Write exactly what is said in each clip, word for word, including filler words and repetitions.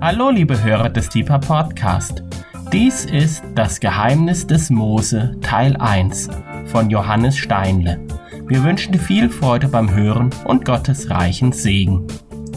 Hallo liebe Hörer des Deeper Podcast. Dies ist das Geheimnis des Mose Teil eins von Johannes Steinle. Wir wünschen dir viel Freude beim Hören und Gottes reichen Segen.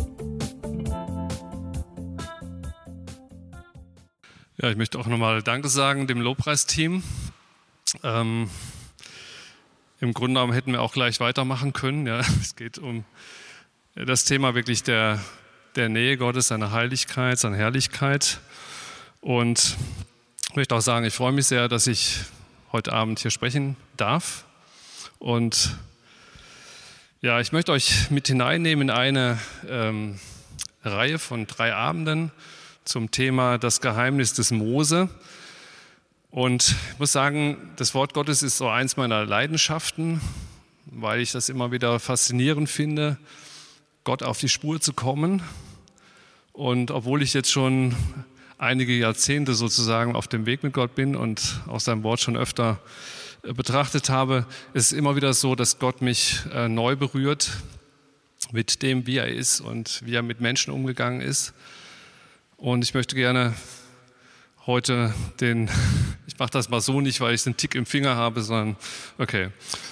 Ja, ich möchte auch nochmal Danke sagen dem Lobpreisteam. Ähm, Im Grunde genommen hätten wir auch gleich weitermachen können. Ja. Es geht um das Thema wirklich der, der Nähe Gottes, seiner Heiligkeit, seiner Herrlichkeit. Und ich möchte auch sagen, ich freue mich sehr, dass ich heute Abend hier sprechen darf. Und ja, ich möchte euch mit hineinnehmen in eine ähm, Reihe von drei Abenden zum Thema das Geheimnis des Mose. Und ich muss sagen, das Wort Gottes ist so eins meiner Leidenschaften, weil ich das immer wieder faszinierend finde, Gott auf die Spur zu kommen. Und obwohl ich jetzt schon einige Jahrzehnte sozusagen auf dem Weg mit Gott bin und auch sein Wort schon öfter betrachtet habe, ist es immer wieder so, dass Gott mich äh, neu berührt mit dem, wie er ist und wie er mit Menschen umgegangen ist. Und ich möchte gerne heute den, ich mache das mal so nicht, weil ich einen Tick im Finger habe, sondern okay.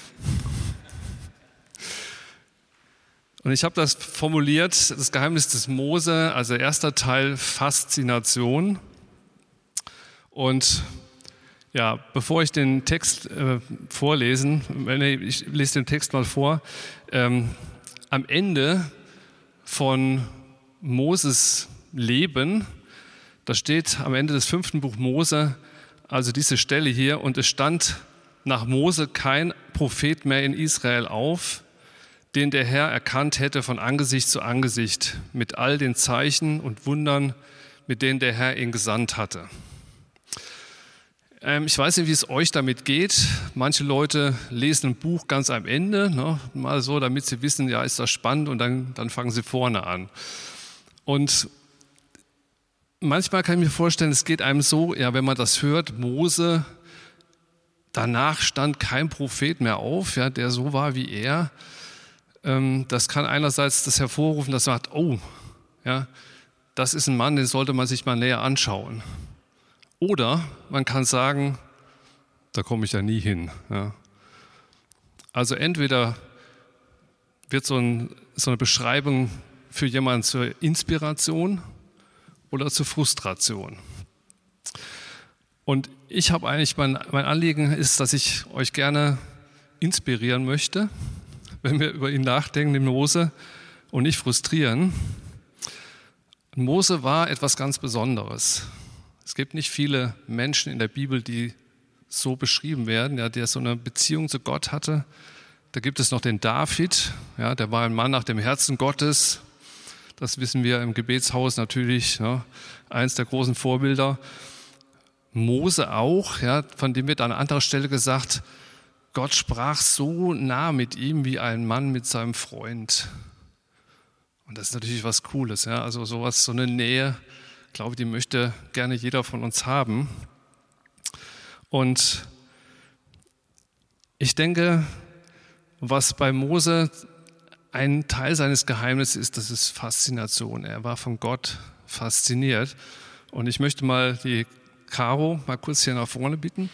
Und ich habe das formuliert, das Geheimnis des Mose, also erster Teil Faszination. Und ja, bevor ich den Text äh, vorlesen, ich lese den Text mal vor, ähm, am Ende von Moses Leben, da steht am Ende des fünften Buch Mose, also diese Stelle hier, und es stand nach Mose kein Prophet mehr in Israel auf, den der Herr erkannt hätte von Angesicht zu Angesicht, mit all den Zeichen und Wundern, mit denen der Herr ihn gesandt hatte. Ähm, ich weiß nicht, wie es euch damit geht. Manche Leute lesen ein Buch ganz am Ende, ne, mal so, damit sie wissen, ja, ist das spannend, und dann, dann fangen sie vorne an. Und manchmal kann ich mir vorstellen, es geht einem so, ja, wenn man das hört, Mose, danach stand kein Prophet mehr auf, ja, der so war wie er. Ähm, das kann einerseits das hervorrufen, dass man sagt, oh, ja, das ist ein Mann, den sollte man sich mal näher anschauen. Oder man kann sagen, da komme ich ja nie hin. Ja. Also entweder wird so, ein, so eine Beschreibung für jemanden zur Inspiration oder zur Frustration. Und ich habe eigentlich, mein, mein Anliegen ist, dass ich euch gerne inspirieren möchte, wenn wir über ihn nachdenken, den Mose, und nicht frustrieren. Mose war etwas ganz Besonderes. Es gibt nicht viele Menschen in der Bibel, die so beschrieben werden, ja, der so eine Beziehung zu Gott hatte. Da gibt es noch den David, ja, der war ein Mann nach dem Herzen Gottes. Das wissen wir im Gebetshaus natürlich, ja, eins der großen Vorbilder. Mose auch, ja, von dem wird an anderer Stelle gesagt, Gott sprach so nah mit ihm wie ein Mann mit seinem Freund. Und das ist natürlich was Cooles, ja, also sowas, so eine Nähe, ich glaube, die möchte gerne jeder von uns haben. Und ich denke, was bei Mose ein Teil seines Geheimnisses ist, das ist Faszination. Er war von Gott fasziniert. Und ich möchte mal die Caro mal kurz hier nach vorne bitten.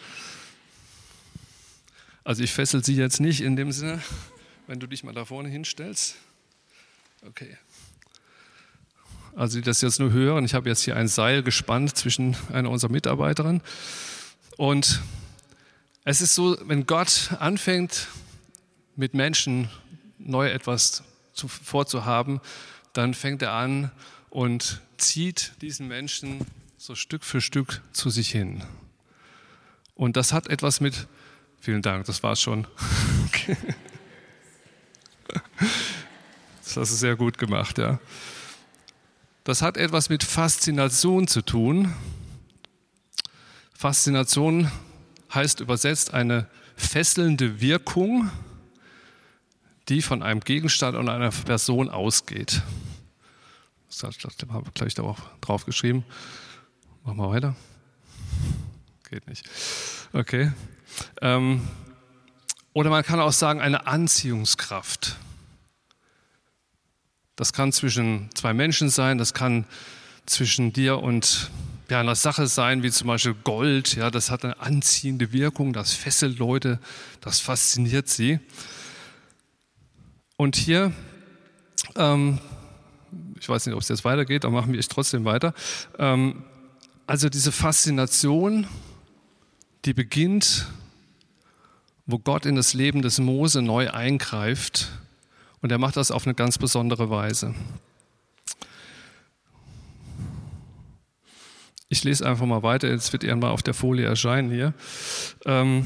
Also ich fessel sie jetzt nicht in dem Sinne, wenn du dich mal da vorne hinstellst. Okay. Also die das jetzt nur hören, ich habe jetzt hier ein Seil gespannt zwischen einer unserer Mitarbeiterinnen. Und es ist so, wenn Gott anfängt, mit Menschen neu etwas zu, vorzuhaben, dann fängt er an und zieht diesen Menschen so Stück für Stück zu sich hin. Und das hat etwas mit, vielen Dank, das war's schon. Okay. Das hast du sehr gut gemacht, ja. Das hat etwas mit Faszination zu tun. Faszination heißt übersetzt eine fesselnde Wirkung, die von einem Gegenstand und einer Person ausgeht. Das habe ich gleich da auch drauf geschrieben. Machen wir weiter. Geht nicht. Okay. Ähm, oder man kann auch sagen, eine Anziehungskraft. Das kann zwischen zwei Menschen sein, das kann zwischen dir und ja, einer Sache sein, wie zum Beispiel Gold. Ja, das hat eine anziehende Wirkung, das fesselt Leute, das fasziniert sie. Und hier, ähm, ich weiß nicht, ob es jetzt weitergeht, aber machen wir es trotzdem weiter. Ähm, also diese Faszination, die beginnt, wo Gott in das Leben des Mose neu eingreift. Und er macht das auf eine ganz besondere Weise. Ich lese einfach mal weiter, jetzt wird irgendwann auf der Folie erscheinen hier. Ähm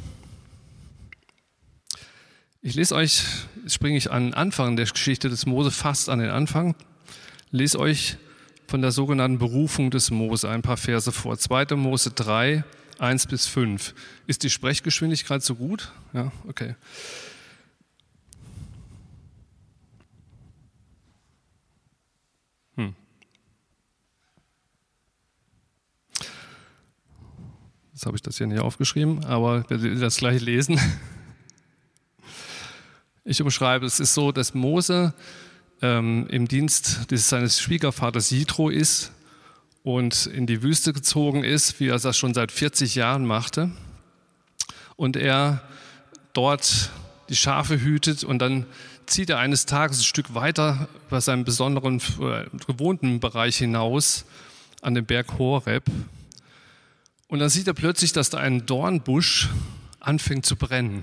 ich lese euch, jetzt springe ich an den Anfang der Geschichte des Mose, fast an den Anfang, lese euch von der sogenannten Berufung des Mose ein paar Verse vor. zweiter Mose drei, eins bis fünf. Ist die Sprechgeschwindigkeit so gut? Ja, okay. Hm. Jetzt habe ich das hier nicht aufgeschrieben, aber wir werden das gleich lesen. Ich umschreibe, es ist so, dass Mose ähm, im Dienst des, seines Schwiegervaters Jitro ist und in die Wüste gezogen ist, wie er das schon seit vierzig Jahren machte. Und er dort die Schafe hütet und dann zieht er eines Tages ein Stück weiter über seinen besonderen, äh, gewohnten Bereich hinaus an den Berg Horeb. Und dann sieht er plötzlich, dass da ein Dornbusch anfängt zu brennen.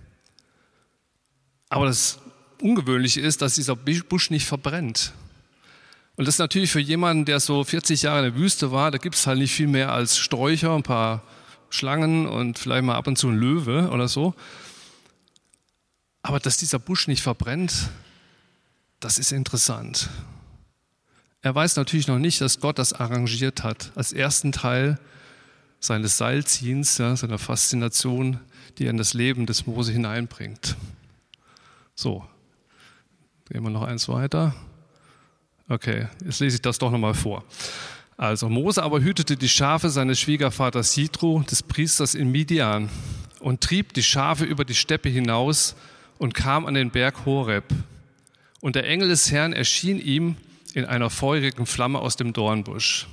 Aber das Ungewöhnliche ist, dass dieser Busch nicht verbrennt. Und das ist natürlich für jemanden, der so vierzig Jahre in der Wüste war, da gibt es halt nicht viel mehr als Sträucher, ein paar Schlangen und vielleicht mal ab und zu ein Löwe oder so. Aber dass dieser Busch nicht verbrennt, das ist interessant. Er weiß natürlich noch nicht, dass Gott das arrangiert hat, als ersten Teil seines Seilziehens, ja, seiner Faszination, die er in das Leben des Mose hineinbringt. So, gehen wir noch eins weiter. Okay, jetzt lese ich das doch nochmal vor. Also, Mose aber hütete die Schafe seines Schwiegervaters Jitro, des Priesters in Midian, und trieb die Schafe über die Steppe hinaus und kam an den Berg Horeb. Und der Engel des Herrn erschien ihm in einer feurigen Flamme aus dem Dornbusch.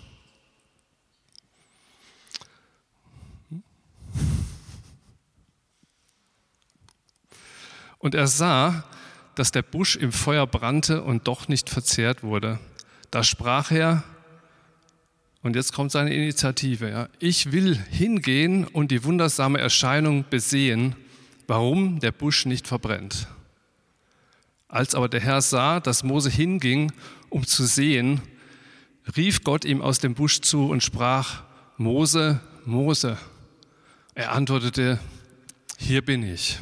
Und er sah, dass der Busch im Feuer brannte und doch nicht verzehrt wurde. Da sprach er, und jetzt kommt seine Initiative, ja, ich will hingehen und die wundersame Erscheinung besehen, warum der Busch nicht verbrennt. Als aber der Herr sah, dass Mose hinging, um zu sehen, rief Gott ihm aus dem Busch zu und sprach, Mose, Mose. Er antwortete, hier bin ich.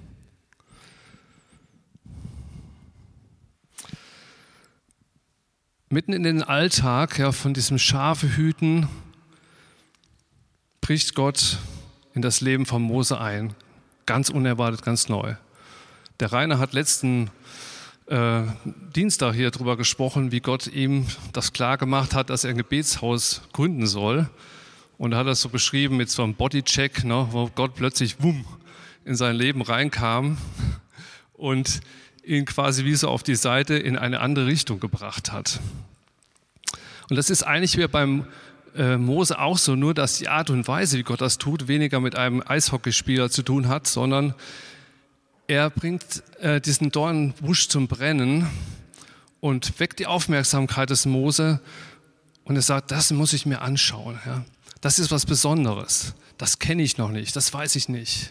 Mitten in den Alltag, ja, von diesem Schafehüten bricht Gott in das Leben von Mose ein. Ganz unerwartet, ganz neu. Der Rainer hat letzten äh, Dienstag hier drüber gesprochen, wie Gott ihm das klar gemacht hat, dass er ein Gebetshaus gründen soll. Und er hat das so beschrieben mit so einem Bodycheck, ne, wo Gott plötzlich wumm, in sein Leben reinkam und ihn quasi wie so auf die Seite in eine andere Richtung gebracht hat. Und das ist eigentlich wie beim äh, Mose auch so, nur dass die Art und Weise, wie Gott das tut, weniger mit einem Eishockeyspieler zu tun hat, sondern er bringt äh, diesen Dornbusch zum Brennen und weckt die Aufmerksamkeit des Mose und er sagt, das muss ich mir anschauen. Ja. Das ist was Besonderes. Das kenne ich noch nicht, das weiß ich nicht.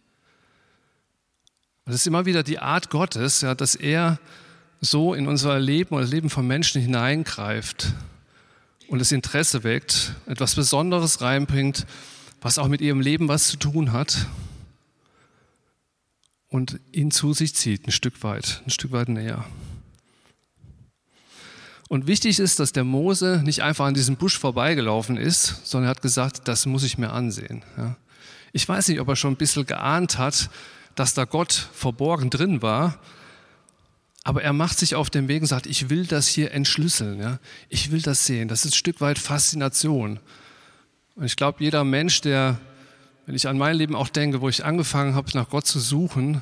Das ist immer wieder die Art Gottes, ja, dass er so in unser Leben oder das Leben von Menschen hineingreift und das Interesse weckt, etwas Besonderes reinbringt, was auch mit ihrem Leben was zu tun hat und ihn zu sich zieht, ein Stück weit, ein Stück weit näher. Und wichtig ist, dass der Mose nicht einfach an diesem Busch vorbeigelaufen ist, sondern er hat gesagt, das muss ich mir ansehen. Ja. Ich weiß nicht, ob er schon ein bisschen geahnt hat, dass da Gott verborgen drin war, aber er macht sich auf den Weg und sagt, ich will das hier entschlüsseln, ja? Ich will das sehen, das ist ein Stück weit Faszination. Und ich glaube, jeder Mensch, der, wenn ich an mein Leben auch denke, wo ich angefangen habe, nach Gott zu suchen,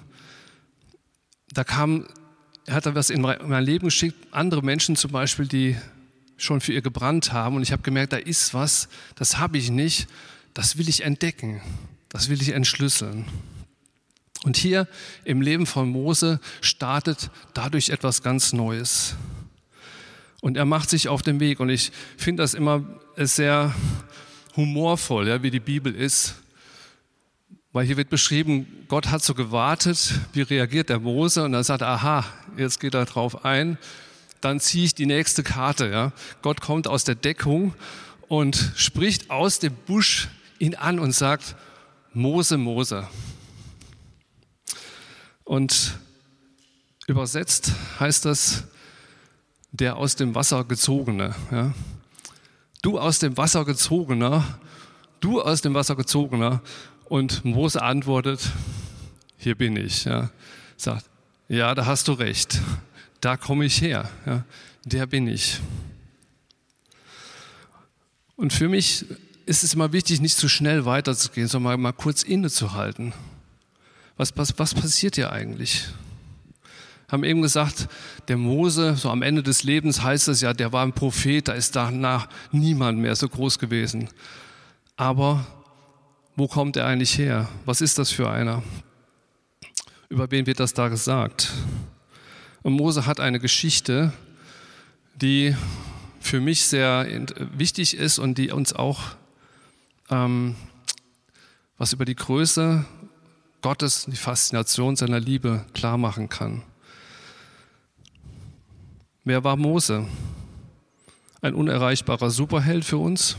da kam, er hat da was in mein Leben geschickt, andere Menschen zum Beispiel, die schon für ihr gebrannt haben. Und ich habe gemerkt, da ist was, das habe ich nicht, das will ich entdecken, das will ich entschlüsseln. Und hier im Leben von Mose startet dadurch etwas ganz Neues. Und er macht sich auf den Weg. Und ich finde das immer sehr humorvoll, ja, wie die Bibel ist. Weil hier wird beschrieben, Gott hat so gewartet, wie reagiert der Mose? Und dann sagt er, aha, jetzt geht er drauf ein. Dann ziehe ich die nächste Karte. Ja. Gott kommt aus der Deckung und spricht aus dem Busch ihn an und sagt, Mose, Mose. Und übersetzt heißt das, der aus dem Wasser gezogene. Ja. Du aus dem Wasser gezogener, du aus dem Wasser gezogener. Und Mose antwortet, hier bin ich. Ja. Sagt, ja, da hast du recht, da komme ich her, ja. Der bin ich. Und für mich ist es immer wichtig, nicht zu schnell weiterzugehen, sondern mal, mal kurz innezuhalten. Was, was, was passiert hier eigentlich? Wir haben eben gesagt, der Mose, so am Ende des Lebens heißt es ja, der war ein Prophet, da ist danach niemand mehr so groß gewesen. Aber wo kommt er eigentlich her? Was ist das für einer? Über wen wird das da gesagt? Und Mose hat eine Geschichte, die für mich sehr wichtig ist und die uns auch ähm, was über die Größe Gottes, die Faszination seiner Liebe klar machen kann. Wer war Mose? Ein unerreichbarer Superheld für uns?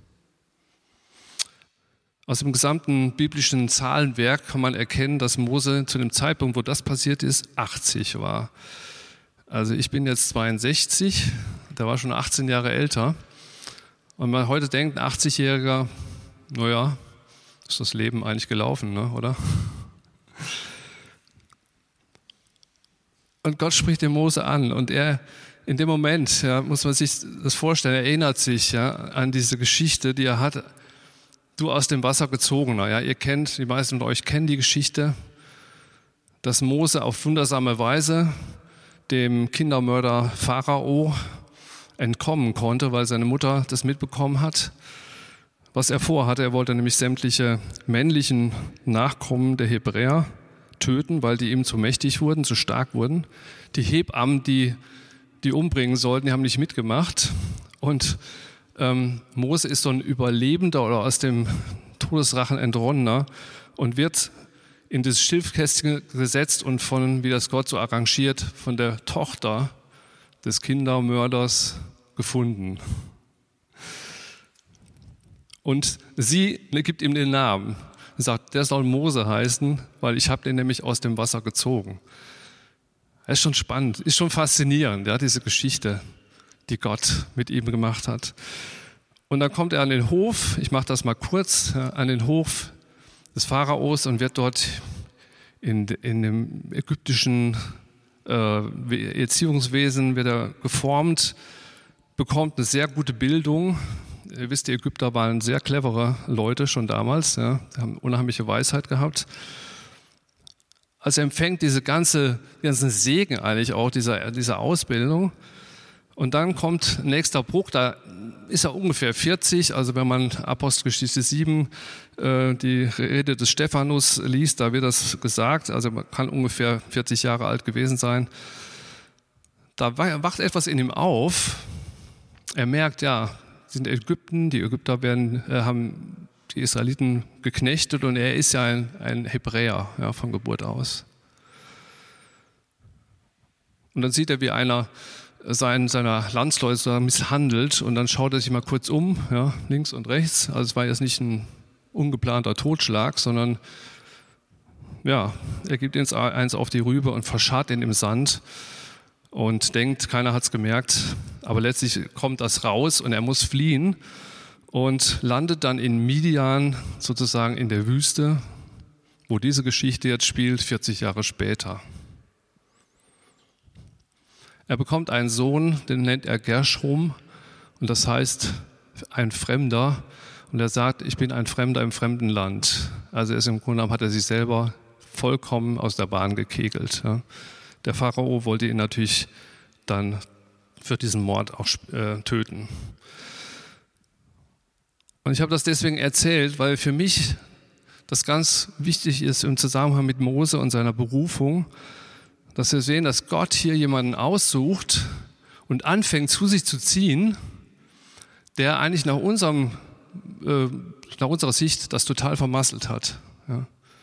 Aus dem gesamten biblischen Zahlenwerk kann man erkennen, dass Mose zu dem Zeitpunkt, wo das passiert ist, achtzig war. Also ich bin jetzt zweiundsechzig, der war schon achtzehn Jahre älter. Und man heute denkt, ein achtzigjähriger, naja, ist das Leben eigentlich gelaufen, ne, oder? Und Gott spricht den Mose an und er in dem Moment, ja, muss man sich das vorstellen, er erinnert sich ja, an diese Geschichte, die er hat, du aus dem Wasser gezogener. Ja, ihr kennt, die meisten von euch kennen die Geschichte, dass Mose auf wundersame Weise dem Kindermörder Pharao entkommen konnte, weil seine Mutter das mitbekommen hat, was er vorhatte. Er wollte nämlich sämtliche männlichen Nachkommen der Hebräer töten, weil die ihm zu mächtig wurden, zu stark wurden. Die Hebammen, die die umbringen sollten, die haben nicht mitgemacht. Und ähm, Mose ist so ein Überlebender oder aus dem Todesrachen entronnener und wird in das Schilfkästchen gesetzt und von, wie das Gott so arrangiert, von der Tochter des Kindermörders gefunden. Und sie gibt ihm den Namen. Sie sagt, der soll Mose heißen, weil ich habe den nämlich aus dem Wasser gezogen. Das ist schon spannend, ist schon faszinierend, ja, diese Geschichte, die Gott mit ihm gemacht hat. Und dann kommt er an den Hof, ich mache das mal kurz, ja, an den Hof des Pharaos und wird dort in, in dem ägyptischen äh, Erziehungswesen wird er geformt, bekommt eine sehr gute Bildung. Ihr wisst, die Ägypter waren sehr clevere Leute schon damals, ja, haben unheimliche Weisheit gehabt. Also empfängt diese ganze, ganzen Segen eigentlich auch dieser, dieser Ausbildung. Und dann kommt nächster Bruch, da ist er ungefähr vierzig, also wenn man Apostelgeschichte sieben, äh, die Rede des Stephanus liest, da wird das gesagt, also man kann ungefähr vierzig Jahre alt gewesen sein. Da wacht etwas in ihm auf, er merkt, ja, sind Ägypten, die Ägypter werden, äh, haben die Israeliten geknechtet und er ist ja ein, ein Hebräer, ja, von Geburt aus. Und dann sieht er, wie einer seinen, seiner Landsleute misshandelt und dann schaut er sich mal kurz um, ja, links und rechts. Also es war jetzt nicht ein ungeplanter Totschlag, sondern ja, er gibt eins auf die Rübe und verscharrt ihn im Sand und denkt, keiner hat es gemerkt, aber letztlich kommt das raus und er muss fliehen und landet dann in Midian, sozusagen in der Wüste, wo diese Geschichte jetzt spielt, vierzig Jahre später. Er bekommt einen Sohn, den nennt er Gershom und das heißt ein Fremder und er sagt, ich bin ein Fremder im fremden Land. Also er ist im Grunde genommen, hat er sich selber vollkommen aus der Bahn gekegelt. Ja. Der Pharao wollte ihn natürlich dann für diesen Mord auch äh, töten. Und ich habe das deswegen erzählt, weil für mich das ganz wichtig ist im Zusammenhang mit Mose und seiner Berufung, dass wir sehen, dass Gott hier jemanden aussucht und anfängt zu sich zu ziehen, der eigentlich nach, unserem, äh, nach unserer Sicht das total vermasselt hat. Ja.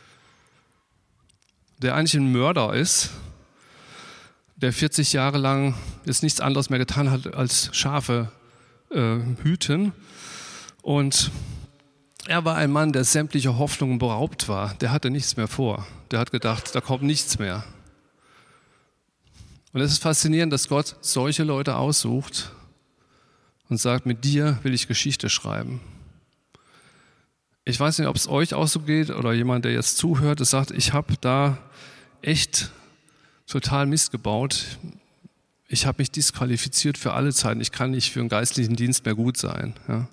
Der eigentlich ein Mörder ist, der vierzig Jahre lang jetzt nichts anderes mehr getan hat als Schafe äh, hüten. Und er war ein Mann, der sämtlicher Hoffnungen beraubt war. Der hatte nichts mehr vor. Der hat gedacht, da kommt nichts mehr. Und es ist faszinierend, dass Gott solche Leute aussucht und sagt, mit dir will ich Geschichte schreiben. Ich weiß nicht, ob es euch auch so geht oder jemand, der jetzt zuhört, der sagt, ich habe da echt total Mist gebaut. Ich habe mich disqualifiziert für alle Zeiten. Ich kann nicht für einen geistlichen Dienst mehr gut sein. Ja.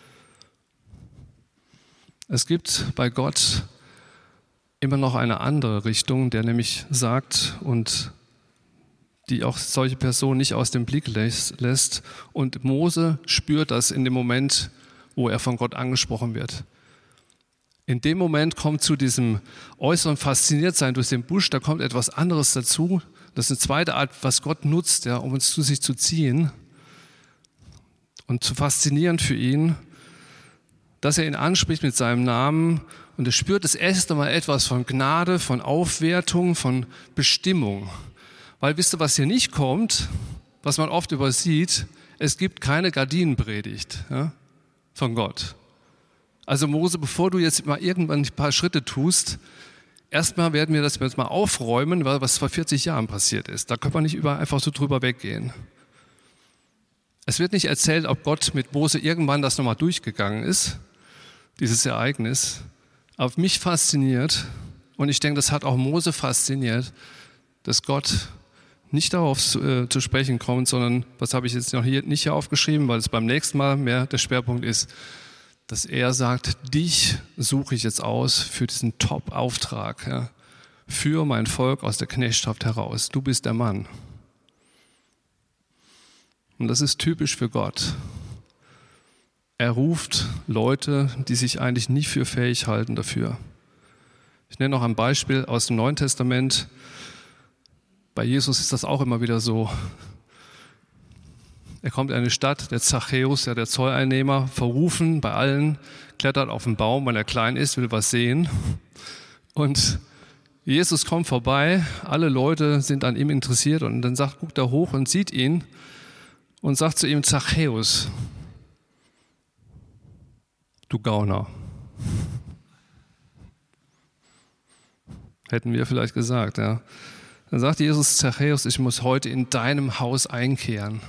Es gibt bei Gott immer noch eine andere Richtung, der nämlich sagt und die auch solche Personen nicht aus dem Blick lässt. Und Mose spürt das in dem Moment, wo er von Gott angesprochen wird. In dem Moment kommt zu diesem äußeren Fasziniertsein durch den Busch, da kommt etwas anderes dazu. Das ist eine zweite Art, was Gott nutzt, ja, um uns zu sich zu ziehen und zu faszinieren für ihn, dass er ihn anspricht mit seinem Namen und er spürt das erste Mal etwas von Gnade, von Aufwertung, von Bestimmung. Weil wisst ihr, was hier nicht kommt, was man oft übersieht, es gibt keine Gardinenpredigt, ja, von Gott. Also Mose, bevor du jetzt mal irgendwann ein paar Schritte tust, erstmal werden wir das jetzt mal aufräumen, was vor vierzig Jahren passiert ist. Da kann man nicht über, einfach so drüber weggehen. Es wird nicht erzählt, ob Gott mit Mose irgendwann das nochmal durchgegangen ist, dieses Ereignis. Aber mich fasziniert, und ich denke, das hat auch Mose fasziniert, dass Gott nicht darauf zu, äh, zu sprechen kommt, sondern, was habe ich jetzt noch hier nicht hier aufgeschrieben, weil es beim nächsten Mal mehr der Schwerpunkt ist, dass er sagt, dich suche ich jetzt aus für diesen Top-Auftrag, ja, für mein Volk aus der Knechtschaft heraus. Du bist der Mann. Und das ist typisch für Gott. Er ruft Leute, die sich eigentlich nicht für fähig halten dafür. Ich nenne noch ein Beispiel aus dem Neuen Testament. Bei Jesus ist das auch immer wieder so. Er kommt in eine Stadt, der Zachäus, ja, der Zolleinnehmer, verrufen bei allen, klettert auf den Baum, weil er klein ist, will was sehen. Und Jesus kommt vorbei, alle Leute sind an ihm interessiert und dann sagt, guckt er hoch und sieht ihn und sagt zu ihm, Zachäus, du Gauner. Hätten wir vielleicht gesagt, ja. Dann sagt Jesus, Zachäus, ich muss heute in deinem Haus einkehren.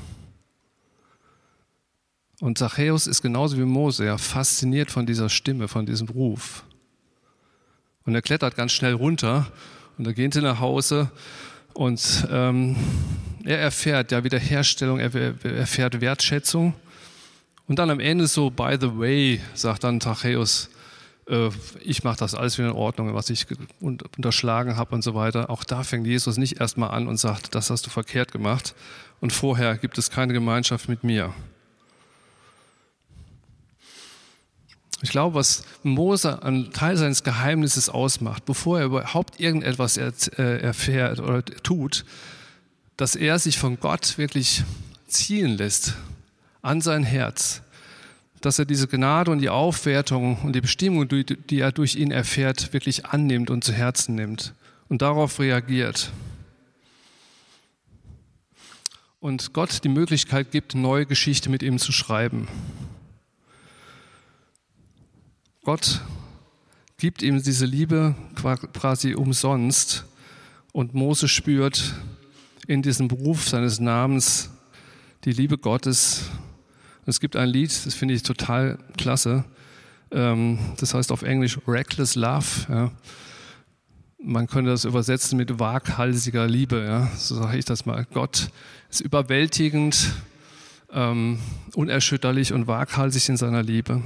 Und Zachäus ist genauso wie Mose, ja, fasziniert von dieser Stimme, von diesem Ruf. Und er klettert ganz schnell runter und er geht nach Hause und ähm, er erfährt ja Wiederherstellung, er erfährt Wertschätzung. Und dann am Ende so, by the way, sagt dann Zachäus, äh, ich mache das alles wieder in Ordnung, was ich unterschlagen habe und so weiter. Auch da fängt Jesus nicht erstmal an und sagt, das hast du verkehrt gemacht und vorher gibt es keine Gemeinschaft mit mir. Ich glaube, was Mose einen Teil seines Geheimnisses ausmacht, bevor er überhaupt irgendetwas erfährt oder tut, dass er sich von Gott wirklich ziehen lässt an sein Herz, dass er diese Gnade und die Aufwertung und die Bestimmung, die er durch ihn erfährt, wirklich annimmt und zu Herzen nimmt und darauf reagiert. Und Gott die Möglichkeit gibt, neue Geschichte mit ihm zu schreiben. Gott gibt ihm diese Liebe quasi umsonst und Mose spürt in diesem Beruf seines Namens die Liebe Gottes. Und es gibt ein Lied, das finde ich total klasse, das heißt auf Englisch Reckless Love. Ja. Man könnte das übersetzen mit waghalsiger Liebe, ja. So sage ich das mal. Gott ist überwältigend, ähm, unerschütterlich und waghalsig in seiner Liebe.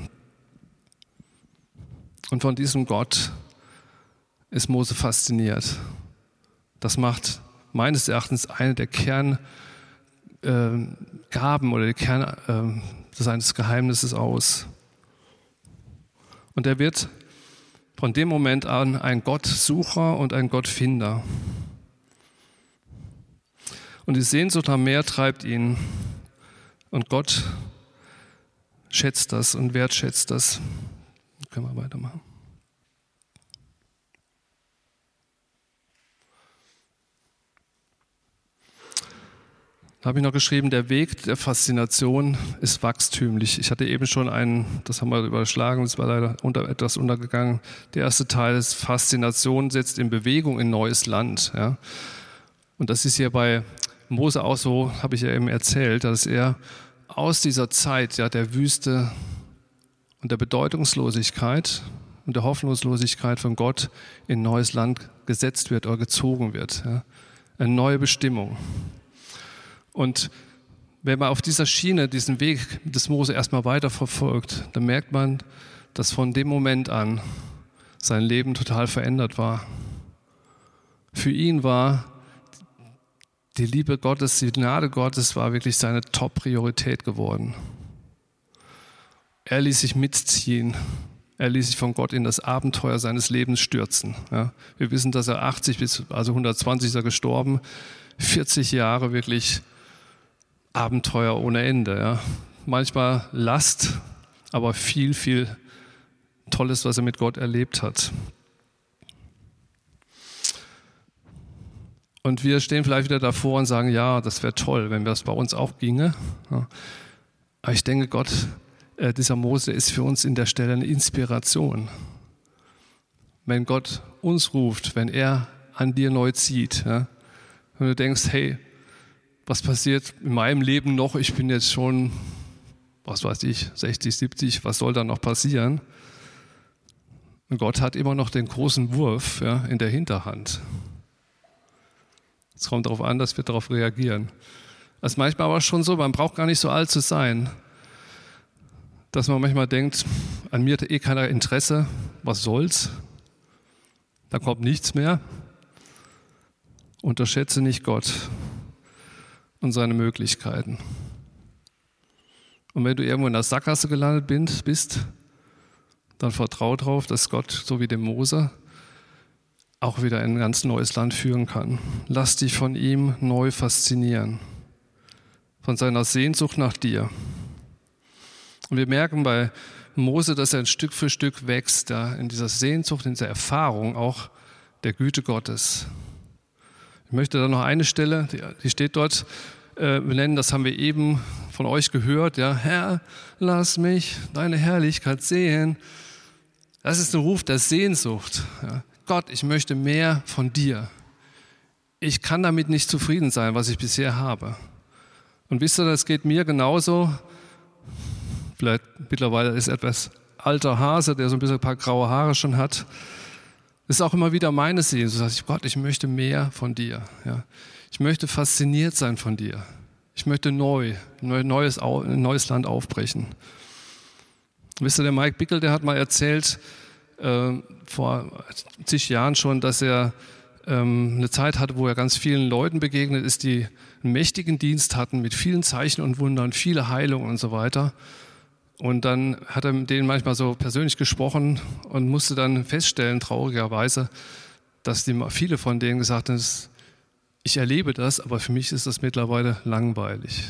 Und von diesem Gott ist Mose fasziniert. Das macht meines Erachtens eine der äh, Gaben oder die Kern äh, seines Geheimnisses aus. Und er wird von dem Moment an ein Gottsucher und ein Gottfinder. Und die Sehnsucht nach mehr treibt ihn. Und Gott schätzt das und wertschätzt das. Können wir weitermachen. Da habe ich noch geschrieben, der Weg der Faszination ist wachstümlich. Ich hatte eben schon einen, das haben wir überschlagen, das war leider unter, etwas untergegangen. Der erste Teil ist, Faszination setzt in Bewegung in neues Land. Ja. Und das ist hier bei Mose auch so, habe ich ja eben erzählt, dass er aus dieser Zeit ja, der Wüste und der Bedeutungslosigkeit und der Hoffnungslosigkeit von Gott in ein neues Land gesetzt wird oder gezogen wird. Ja. Eine neue Bestimmung. Und wenn man auf dieser Schiene diesen Weg des Mose erstmal weiter verfolgt, dann merkt man, dass von dem Moment an sein Leben total verändert war. Für ihn war die Liebe Gottes, die Gnade Gottes war wirklich seine Top-Priorität geworden. Er ließ sich mitziehen. Er ließ sich von Gott in das Abenteuer seines Lebens stürzen. Ja, wir wissen, dass er achtzig bis, also hundertzwanzig ist er gestorben, vierzig Jahre wirklich Abenteuer ohne Ende. Ja. Manchmal Last, aber viel, viel Tolles, was er mit Gott erlebt hat. Und wir stehen vielleicht wieder davor und sagen, ja, das wäre toll, wenn das bei uns auch ginge. Ja. Aber ich denke, Gott, äh, dieser Mose ist für uns in der Stelle eine Inspiration. Wenn Gott uns ruft, wenn er an dir neu zieht, ja, wenn du denkst, hey, was passiert in meinem Leben noch? Ich bin jetzt schon, was weiß ich, sechzig, siebzig, was soll da noch passieren? Und Gott hat immer noch den großen Wurf ja, in der Hinterhand. Es kommt darauf an, dass wir darauf reagieren. Das ist manchmal aber schon so, man braucht gar nicht so alt zu sein, dass man manchmal denkt, an mir hat eh keiner Interesse, was soll's? Da kommt nichts mehr. Unterschätze nicht Gott und seine Möglichkeiten. Und wenn du irgendwo in der Sackgasse gelandet bist, dann vertrau darauf, dass Gott, so wie dem Mose, auch wieder in ein ganz neues Land führen kann. Lass dich von ihm neu faszinieren, von seiner Sehnsucht nach dir. Und wir merken bei Mose, dass er ein Stück für Stück wächst, ja, in dieser Sehnsucht, in dieser Erfahrung auch der Güte Gottes. Ich möchte da noch eine Stelle, die steht dort, äh, benennen, das haben wir eben von euch gehört. Ja, Herr, lass mich deine Herrlichkeit sehen. Das ist ein Ruf der Sehnsucht. Ja. Gott, ich möchte mehr von dir. Ich kann damit nicht zufrieden sein, was ich bisher habe. Und wisst ihr, das geht mir genauso. Vielleicht mittlerweile ist etwas alter Hase, der so ein bisschen ein paar graue Haare schon hat. Das ist auch immer wieder meine Sehnsucht. Ich, Gott, ich möchte mehr von dir. Ja. Ich möchte fasziniert sein von dir. Ich möchte neu, ein neues, ein neues Land aufbrechen. Wisst ihr, der Mike Bickel, der hat mal erzählt, äh, vor zig Jahren schon, dass er ähm, eine Zeit hatte, wo er ganz vielen Leuten begegnet ist, die einen mächtigen Dienst hatten mit vielen Zeichen und Wundern, viele Heilungen und so weiter. Und dann hat er mit denen manchmal so persönlich gesprochen und musste dann feststellen, traurigerweise, dass die, viele von denen gesagt haben, ich erlebe das, aber für mich ist das mittlerweile langweilig.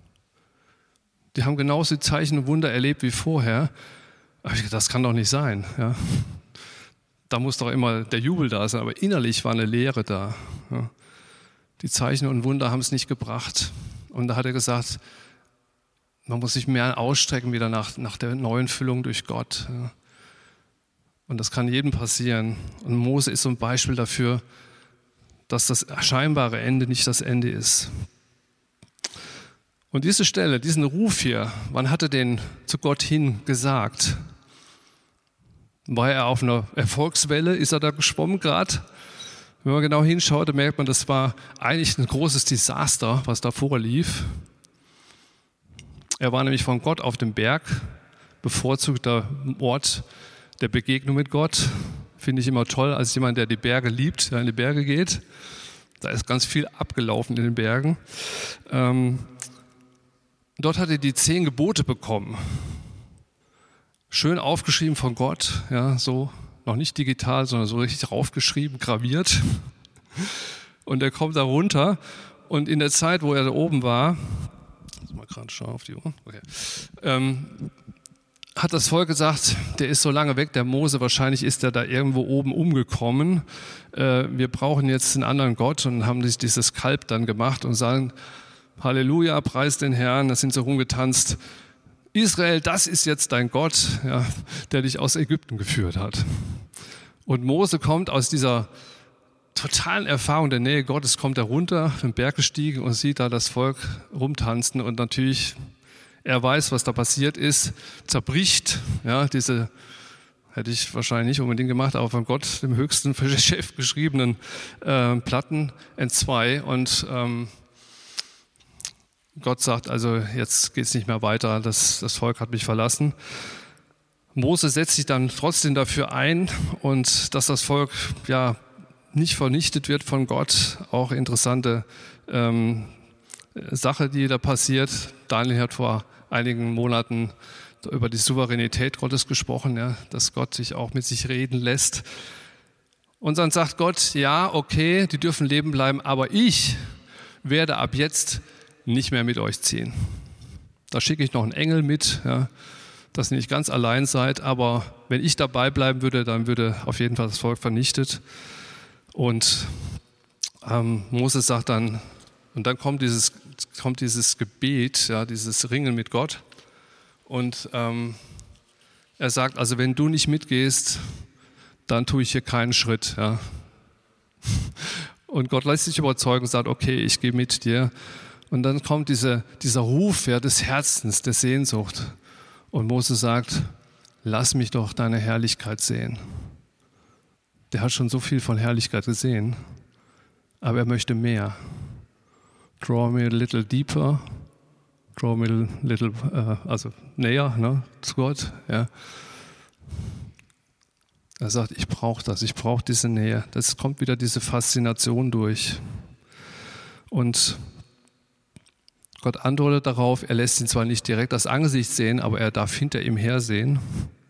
Die haben genauso die Zeichen und Wunder erlebt wie vorher. Aber ich dachte, das kann doch nicht sein. Ja. Da muss doch immer der Jubel da sein, aber innerlich war eine Leere da. Ja. Die Zeichen und Wunder haben es nicht gebracht. Und da hat er gesagt, man muss sich mehr ausstrecken wieder nach, nach der neuen Füllung durch Gott. Ja. Und das kann jedem passieren. Und Mose ist so ein Beispiel dafür, dass das scheinbare Ende nicht das Ende ist. Und diese Stelle, diesen Ruf hier, wann hat er den zu Gott hin gesagt? War er auf einer Erfolgswelle? Ist er da geschwommen gerade? Wenn man genau hinschaut, dann merkt man, das war eigentlich ein großes Desaster, was da vorlief. Er war nämlich von Gott auf dem Berg, bevorzugter Ort der Begegnung mit Gott. Finde ich immer toll, als jemand, der die Berge liebt, der in die Berge geht. Da ist ganz viel abgelaufen in den Bergen. Ähm, dort hat er die zehn Gebote bekommen. Schön aufgeschrieben von Gott, ja, so noch nicht digital, sondern so richtig raufgeschrieben, graviert. Und er kommt da runter und in der Zeit, wo er da oben war, muss mal gerade schauen auf die Uhr, okay, ähm, hat das Volk gesagt, der ist so lange weg, der Mose, wahrscheinlich ist er da irgendwo oben umgekommen. Äh, wir brauchen jetzt einen anderen Gott und haben sich dieses Kalb dann gemacht und sagen, Halleluja, preis den Herrn, da sind sie rumgetanzt. Israel, das ist jetzt dein Gott, ja, der dich aus Ägypten geführt hat. Und Mose kommt aus dieser totalen Erfahrung der Nähe Gottes, kommt er runter, vom Berg gestiegen und sieht da das Volk rumtanzen und natürlich, er weiß, was da passiert ist, zerbricht, ja, diese, hätte ich wahrscheinlich nicht unbedingt gemacht, aber von Gott, dem höchsten Chef geschriebenen äh, Platten entzwei und ähm, Gott sagt, also jetzt geht es nicht mehr weiter, das, das Volk hat mich verlassen. Mose setzt sich dann trotzdem dafür ein und dass das Volk ja nicht vernichtet wird von Gott, auch interessante ähm, Sache, die da passiert. Daniel hat vor einigen Monaten über die Souveränität Gottes gesprochen, ja, dass Gott sich auch mit sich reden lässt. Und dann sagt Gott, ja, okay, die dürfen leben bleiben, aber ich werde ab jetzt nicht mehr mit euch ziehen. Da schicke ich noch einen Engel mit, ja, dass ihr nicht ganz allein seid, aber wenn ich dabei bleiben würde, dann würde auf jeden Fall das Volk vernichtet. Und ähm, Moses sagt dann, und dann kommt dieses, kommt dieses Gebet, ja, dieses Ringen mit Gott. Und ähm, er sagt, also wenn du nicht mitgehst, dann tue ich hier keinen Schritt. Ja. Und Gott lässt sich überzeugen und sagt, okay, ich gehe mit dir. Und dann kommt diese, dieser Ruf, ja, des Herzens, der Sehnsucht. Und Mose sagt, lass mich doch deine Herrlichkeit sehen. Der hat schon so viel von Herrlichkeit gesehen, aber er möchte mehr. Draw me a little deeper, draw me a little, äh, also näher, ne, zu Gott. Ja. Er sagt, ich brauche das, ich brauche diese Nähe. Das kommt wieder diese Faszination durch. Und Gott antwortet darauf, er lässt ihn zwar nicht direkt das Angesicht sehen, aber er darf hinter ihm hersehen.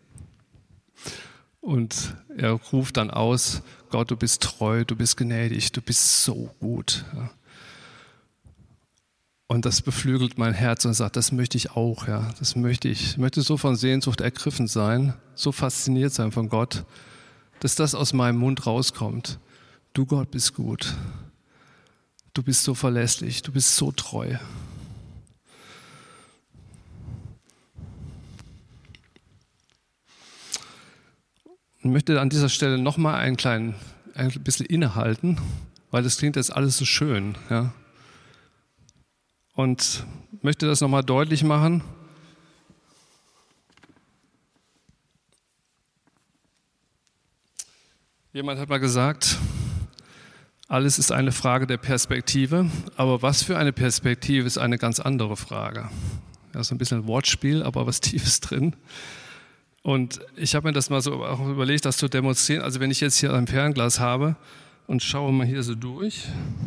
Und er ruft dann aus, Gott, du bist treu, du bist gnädig, du bist so gut. Und das beflügelt mein Herz und sagt, das möchte ich auch. Ja, das möchte ich. Ich möchte so von Sehnsucht ergriffen sein, so fasziniert sein von Gott, dass das aus meinem Mund rauskommt. Du Gott bist gut. Du bist so verlässlich, du bist so treu. Ich möchte an dieser Stelle nochmal ein klein, ein bisschen innehalten, weil das klingt jetzt alles so schön. Ja? Und möchte das nochmal deutlich machen. Jemand hat mal gesagt, alles ist eine Frage der Perspektive, aber was für eine Perspektive ist eine ganz andere Frage. Das ist ein bisschen ein Wortspiel, aber was Tiefes drin. Und ich habe mir das mal so auch überlegt, das zu demonstrieren. Also wenn ich jetzt hier ein Fernglas habe und schaue mal hier so durch.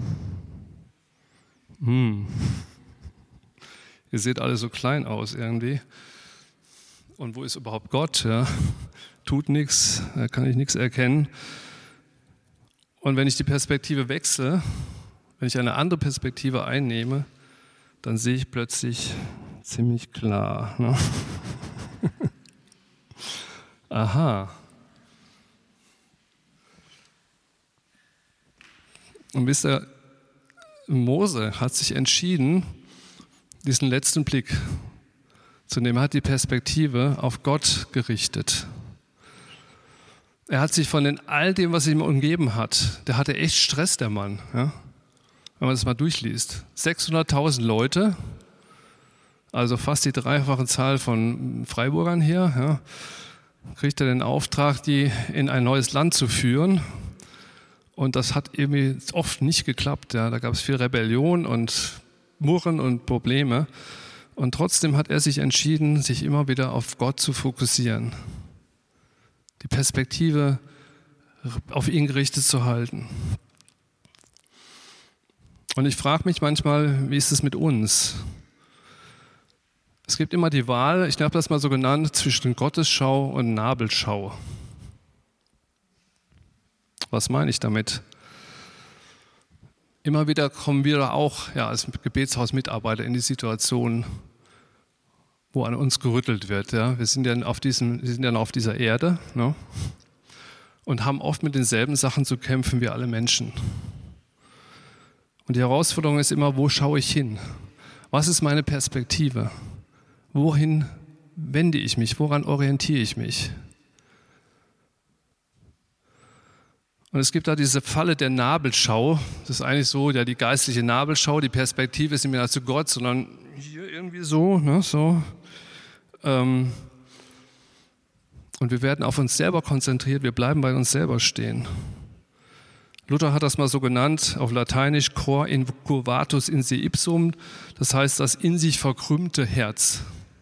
Hm. Ihr seht alle so klein aus irgendwie. Und wo ist überhaupt Gott? Ja? Tut nichts, da kann ich nichts erkennen. Und wenn ich die Perspektive wechsle, wenn ich eine andere Perspektive einnehme, dann sehe ich plötzlich ziemlich klar. Ne? Aha. Und wisst ihr, Mose hat sich entschieden, diesen letzten Blick zu nehmen. Er hat die Perspektive auf Gott gerichtet. Er hat sich von den, all dem, was ihm umgeben hat, der hatte echt Stress, der Mann. Ja? Wenn man das mal durchliest. sechshunderttausend Leute, also fast die dreifache Zahl von Freiburgern hier, ja, kriegt er den Auftrag, die in ein neues Land zu führen. Und das hat irgendwie oft nicht geklappt. Ja. Da gab es viel Rebellion und Murren und Probleme. Und trotzdem hat er sich entschieden, sich immer wieder auf Gott zu fokussieren. Die Perspektive auf ihn gerichtet zu halten. Und ich frage mich manchmal, wie ist es mit uns? Es gibt immer die Wahl, ich habe das mal so genannt, zwischen Gottesschau und Nabelschau. Was meine ich damit? Immer wieder kommen wir auch ja, als Gebetshausmitarbeiter in die Situation, wo an uns gerüttelt wird. Ja. Wir sind ja auf, diesem, wir sind ja auf dieser Erde, ne? Und haben oft mit denselben Sachen zu kämpfen wie alle Menschen. Und die Herausforderung ist immer, wo schaue ich hin? Was ist meine Perspektive? Wohin wende ich mich? Woran orientiere ich mich? Und es gibt da diese Falle der Nabelschau. Das ist eigentlich so, ja, die geistliche Nabelschau. Die Perspektive ist nicht mehr zu Gott, sondern hier irgendwie so, ne, so. Ähm, und wir werden auf uns selber konzentriert. Wir bleiben bei uns selber stehen. Luther hat das mal so genannt, auf Lateinisch, cor incurvatus in se ipsum. Das heißt, das in sich verkrümmte Herz.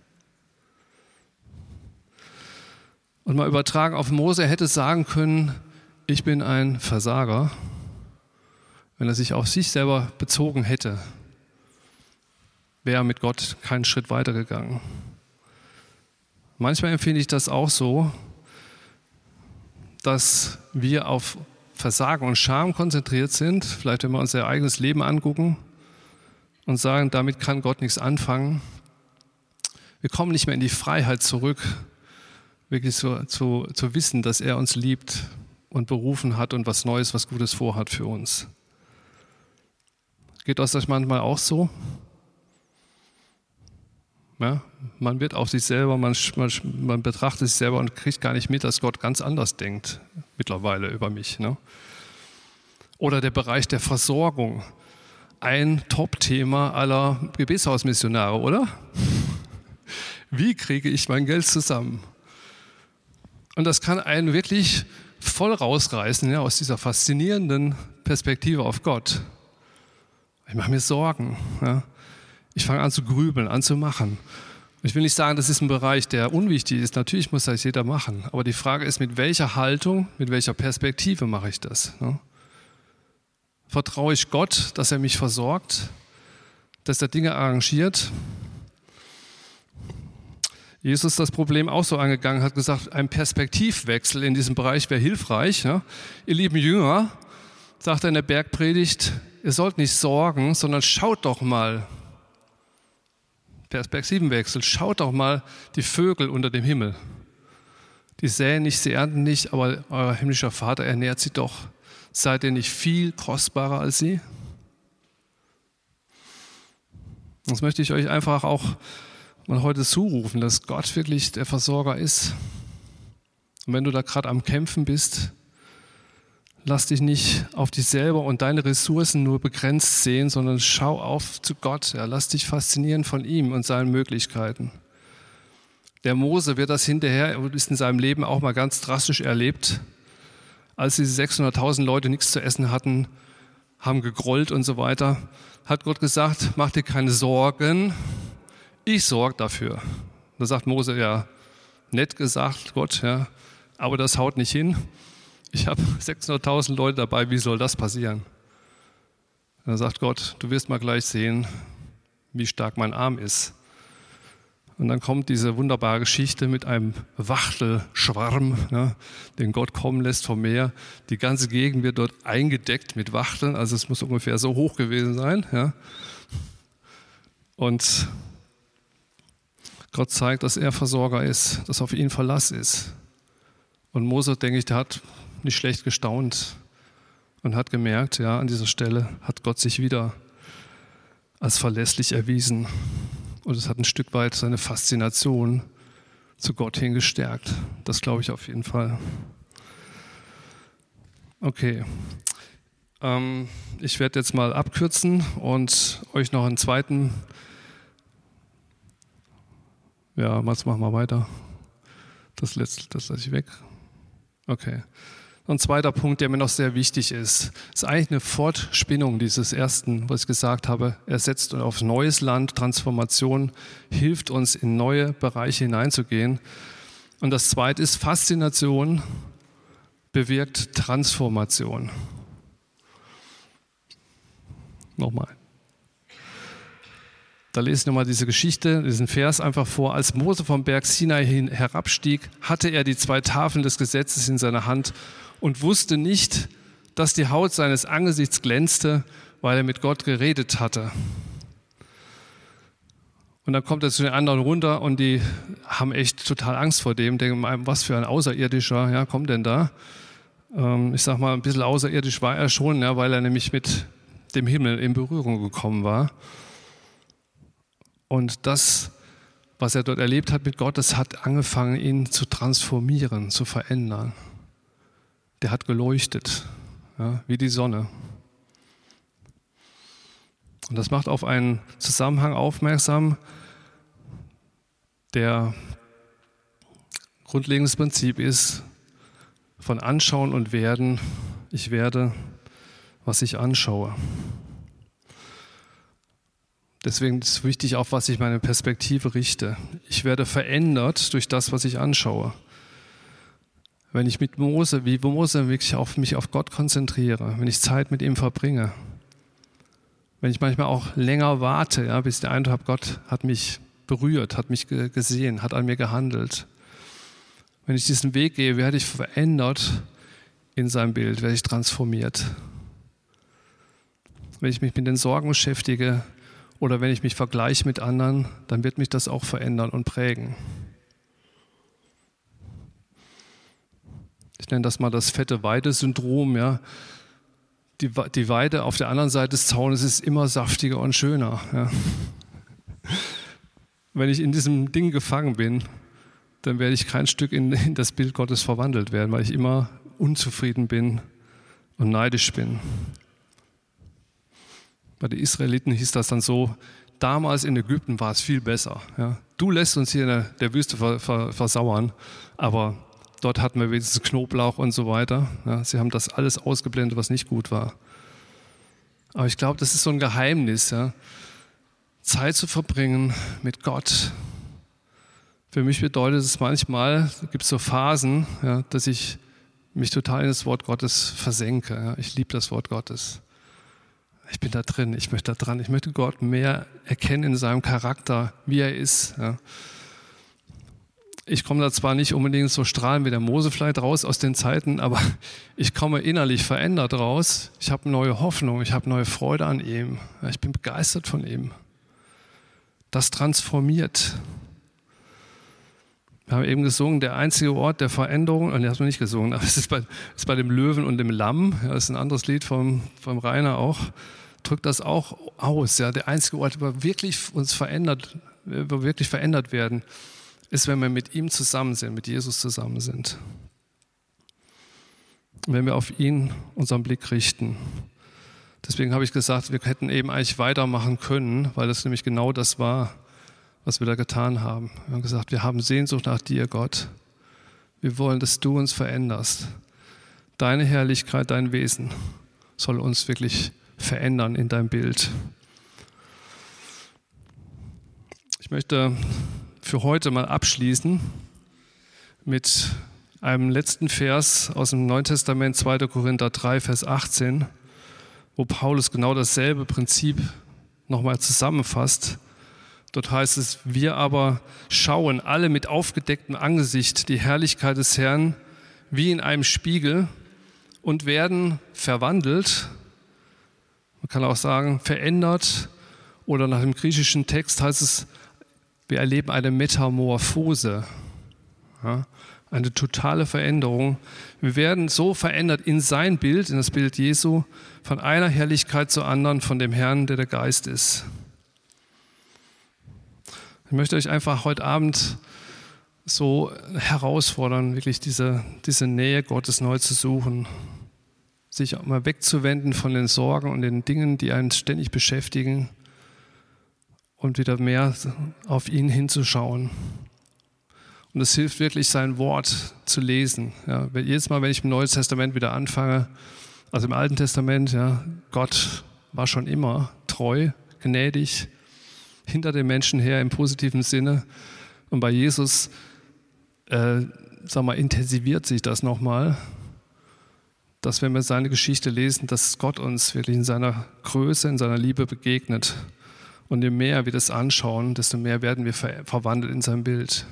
Und mal übertragen auf Mose, er hätte sagen können, ich bin ein Versager, wenn er sich auf sich selber bezogen hätte, wäre er mit Gott keinen Schritt weitergegangen. Manchmal empfinde ich das auch so, dass wir auf Versagen und Scham konzentriert sind, vielleicht wenn wir unser eigenes Leben angucken und sagen, damit kann Gott nichts anfangen. Wir kommen nicht mehr in die Freiheit zurück, wirklich so, zu, zu wissen, dass er uns liebt und berufen hat und was Neues, was Gutes vorhat für uns. Geht das euch manchmal auch so? Ja, man wird auf sich selber, man, man, man betrachtet sich selber und kriegt gar nicht mit, dass Gott ganz anders denkt mittlerweile über mich. Ne? Oder der Bereich der Versorgung. Ein Top-Thema aller Gebetshausmissionare, oder? Wie kriege ich mein Geld zusammen? Und das kann einen wirklich voll rausreißen, ja, aus dieser faszinierenden Perspektive auf Gott. Ich mache mir Sorgen. Ja. Ich fange an zu grübeln, an zu machen. Ich will nicht sagen, das ist ein Bereich, der unwichtig ist. Natürlich muss das jeder machen. Aber die Frage ist, mit welcher Haltung, mit welcher Perspektive mache ich das? Ja. Vertraue ich Gott, dass er mich versorgt, dass er Dinge arrangiert? Jesus das Problem auch so angegangen, hat gesagt, ein Perspektivwechsel in diesem Bereich wäre hilfreich. Ja? Ihr lieben Jünger, sagt er in der Bergpredigt, ihr sollt nicht sorgen, sondern schaut doch mal, Perspektivenwechsel, schaut doch mal die Vögel unter dem Himmel. Die säen nicht, sie ernten nicht, aber euer himmlischer Vater ernährt sie doch. Seid ihr nicht viel kostbarer als sie? Das möchte ich euch einfach auch mal heute zurufen, dass Gott wirklich der Versorger ist. Und wenn du da gerade am Kämpfen bist, lass dich nicht auf dich selber und deine Ressourcen nur begrenzt sehen, sondern schau auf zu Gott. Ja, lass dich faszinieren von ihm und seinen Möglichkeiten. Der Mose wird das hinterher, ist in seinem Leben auch mal ganz drastisch erlebt, als diese sechshunderttausend Leute nichts zu essen hatten, haben gegrollt und so weiter, hat Gott gesagt, mach dir keine Sorgen, ich sorge dafür. Da sagt Mose, ja, nett gesagt, Gott, ja, aber das haut nicht hin. Ich habe sechshunderttausend Leute dabei, wie soll das passieren? Da sagt Gott, du wirst mal gleich sehen, wie stark mein Arm ist. Und dann kommt diese wunderbare Geschichte mit einem Wachtelschwarm, ne, den Gott kommen lässt vom Meer. Die ganze Gegend wird dort eingedeckt mit Wachteln, also es muss ungefähr so hoch gewesen sein. Ja. Und Gott zeigt, dass er Versorger ist, dass auf ihn Verlass ist. Und Mose, denke ich, der hat nicht schlecht gestaunt und hat gemerkt, ja, an dieser Stelle hat Gott sich wieder als verlässlich erwiesen. Und es hat ein Stück weit seine Faszination zu Gott hin gestärkt. Das glaube ich auf jeden Fall. Okay. Ähm, ich werde jetzt mal abkürzen und euch noch einen zweiten. Ja, was machen wir weiter? Das letzte, das lasse ich weg. Okay. Ein zweiter Punkt, der mir noch sehr wichtig ist, ist eigentlich eine Fortspinnung dieses ersten, was ich gesagt habe. Er setzt uns auf neues Land, Transformation, hilft uns in neue Bereiche hineinzugehen. Und das zweite ist, Faszination bewirkt Transformation. Nochmal. Da lese ich nochmal diese Geschichte, diesen Vers einfach vor. Als Mose vom Berg Sinai hin herabstieg, hatte er die zwei Tafeln des Gesetzes in seiner Hand und wusste nicht, dass die Haut seines Angesichts glänzte, weil er mit Gott geredet hatte. Und dann kommt er zu den anderen runter und die haben echt total Angst vor dem, denken, was für ein Außerirdischer, ja, kommt denn da? Ähm, ich sag mal, ein bisschen außerirdisch war er schon, ja, weil er nämlich mit dem Himmel in Berührung gekommen war. Und das, was er dort erlebt hat mit Gott, das hat angefangen, ihn zu transformieren, zu verändern. Der hat geleuchtet, ja, wie die Sonne. Und das macht auf einen Zusammenhang aufmerksam, der grundlegendes Prinzip ist, von Anschauen und Werden, ich werde, was ich anschaue. Deswegen ist es wichtig, auf was ich meine Perspektive richte. Ich werde verändert durch das, was ich anschaue. Wenn ich mit Mose, wie Mose, wirklich auf mich auf Gott konzentriere, wenn ich Zeit mit ihm verbringe, wenn ich manchmal auch länger warte, ja, bis ich den Eindruck habe, Gott hat mich berührt, hat mich gesehen, hat an mir gehandelt. Wenn ich diesen Weg gehe, werde ich verändert in seinem Bild, werde ich transformiert. Wenn ich mich mit den Sorgen beschäftige, oder wenn ich mich vergleiche mit anderen, dann wird mich das auch verändern und prägen. Ich nenne das mal das fette Weide-Syndrom. Ja. Die, die Weide auf der anderen Seite des Zaunes ist immer saftiger und schöner. Ja. Wenn ich in diesem Ding gefangen bin, dann werde ich kein Stück in, in das Bild Gottes verwandelt werden, weil ich immer unzufrieden bin und neidisch bin. Bei den Israeliten hieß das dann so, damals in Ägypten war es viel besser. Ja. Du lässt uns hier in der, der Wüste ver, ver, versauern, aber dort hatten wir wenigstens Knoblauch und so weiter. Ja. Sie haben das alles ausgeblendet, was nicht gut war. Aber ich glaube, das ist so ein Geheimnis, ja. Zeit zu verbringen mit Gott. Für mich bedeutet es manchmal, es gibt so Phasen, ja, dass ich mich total in das Wort Gottes versenke. Ja. Ich liebe das Wort Gottes. Ich bin da drin, ich möchte da dran, ich möchte Gott mehr erkennen in seinem Charakter, wie er ist. Ja. Ich komme da zwar nicht unbedingt so strahlend wie der Mose vielleicht raus aus den Zeiten, aber ich komme innerlich verändert raus. Ich habe neue Hoffnung, ich habe neue Freude an ihm. Ja, ich bin begeistert von ihm. Das transformiert. Wir haben eben gesungen, der einzige Ort der Veränderung, und das haben wir nicht gesungen, aber es ist bei, ist bei dem Löwen und dem Lamm, ja, das ist ein anderes Lied vom, vom Rainer auch, drückt das auch aus. Ja. Der einzige Ort, wo wir wirklich uns verändert, wo wir wirklich verändert werden, ist, wenn wir mit ihm zusammen sind, mit Jesus zusammen sind. Wenn wir auf ihn unseren Blick richten. Deswegen habe ich gesagt, wir hätten eben eigentlich weitermachen können, weil das nämlich genau das war, was wir da getan haben. Wir haben gesagt, wir haben Sehnsucht nach dir, Gott. Wir wollen, dass du uns veränderst. Deine Herrlichkeit, dein Wesen soll uns wirklich verändern in dein Bild. Ich möchte für heute mal abschließen mit einem letzten Vers aus dem Neuen Testament, zweiter Korinther drei, Vers achtzehn, wo Paulus genau dasselbe Prinzip nochmal zusammenfasst. Dort heißt es, wir aber schauen alle mit aufgedecktem Angesicht die Herrlichkeit des Herrn wie in einem Spiegel und werden verwandelt, man kann auch sagen verändert, oder nach dem griechischen Text heißt es, wir erleben eine Metamorphose, ja, eine totale Veränderung. Wir werden so verändert in sein Bild, in das Bild Jesu, von einer Herrlichkeit zur anderen, von dem Herrn, der der Geist ist. Ich möchte euch einfach heute Abend so herausfordern, wirklich diese, diese Nähe Gottes neu zu suchen, sich auch mal wegzuwenden von den Sorgen und den Dingen, die einen ständig beschäftigen, und wieder mehr auf ihn hinzuschauen. Und es hilft wirklich, sein Wort zu lesen. Ja, jedes Mal, wenn ich im Neuen Testament wieder anfange, also im Alten Testament, ja, Gott war schon immer treu, gnädig, hinter den Menschen her im positiven Sinne. Und bei Jesus, äh, sag mal, intensiviert sich das nochmal. dass wenn wir seine Geschichte lesen, dass Gott uns wirklich in seiner Größe, in seiner Liebe begegnet. Und je mehr wir das anschauen, desto mehr werden wir ver- verwandelt in sein Bild.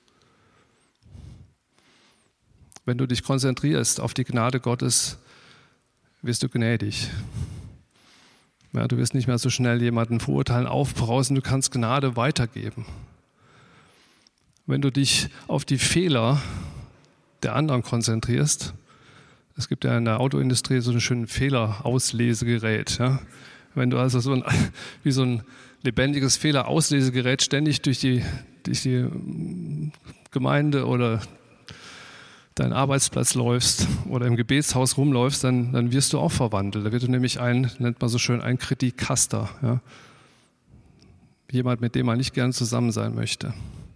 Wenn du dich konzentrierst auf die Gnade Gottes, wirst du gnädig. Ja, du wirst nicht mehr so schnell jemanden verurteilen, aufbrausen, du kannst Gnade weitergeben. Wenn du dich auf die Fehler der anderen konzentrierst, es gibt ja in der Autoindustrie so ein schönes Fehlerauslasegerät. Ja? Wenn du also so ein, wie so ein lebendiges Fehlerauslasegerät ständig durch die, durch die Gemeinde oder deinen Arbeitsplatz läufst oder im Gebetshaus rumläufst, dann, dann wirst du auch verwandelt. Da wird du nämlich ein, nennt man so schön, ein Kritikaster. Ja? Jemand, mit dem man nicht gern zusammen sein möchte.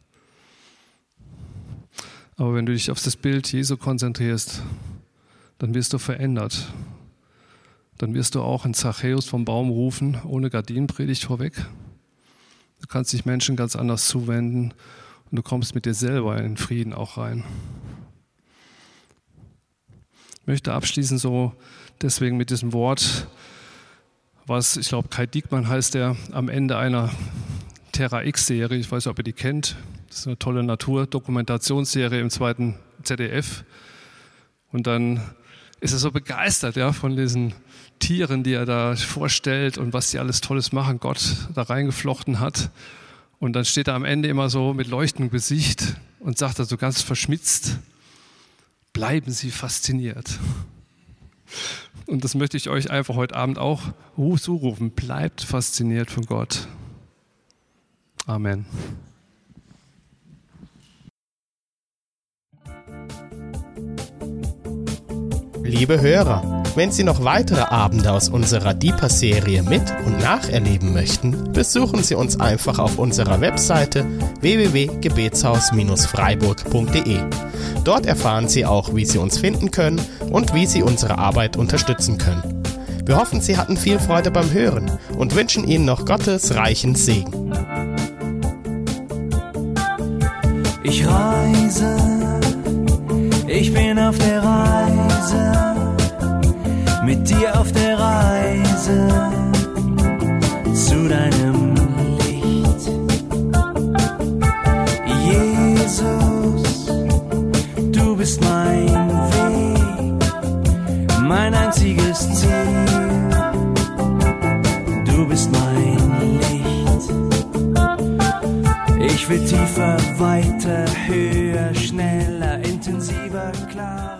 Aber wenn du dich auf das Bild Jesu konzentrierst, dann wirst du verändert. Dann wirst du auch in Zachäus vom Baum rufen, ohne Gardinenpredigt vorweg. Du kannst dich Menschen ganz anders zuwenden und du kommst mit dir selber in den Frieden auch rein. Ich möchte abschließen so deswegen mit diesem Wort, was, ich glaube, Kai Diekmann heißt der, am Ende einer Terra X-Serie, ich weiß nicht, ob ihr die kennt, das ist eine tolle Naturdokumentationsserie im zweiten Z D F. Und dann ist er so begeistert, ja, von diesen Tieren, die er da vorstellt und was die alles Tolles machen, Gott da reingeflochten hat. Und dann steht er am Ende immer so mit leuchtendem Gesicht und sagt da so ganz verschmitzt, bleiben Sie fasziniert. Und das möchte ich euch einfach heute Abend auch zurufen, bleibt fasziniert von Gott. Amen. Liebe Hörer, wenn Sie noch weitere Abende aus unserer Deeper-Serie mit- und nacherleben möchten, besuchen Sie uns einfach auf unserer Webseite w w w punkt gebetshaus Bindestrich freiburg punkt d e. Dort erfahren Sie auch, wie Sie uns finden können und wie Sie unsere Arbeit unterstützen können. Wir hoffen, Sie hatten viel Freude beim Hören und wünschen Ihnen noch Gottes reichen Segen. Ich reise, ich bin auf der Reise, mit dir auf der Reise zu deinem Licht. Jesus, du bist mein Weg, mein einziges Ziel. Du bist mein Licht. Ich will tiefer, weiter, höher, schneller, intensiver, klarer.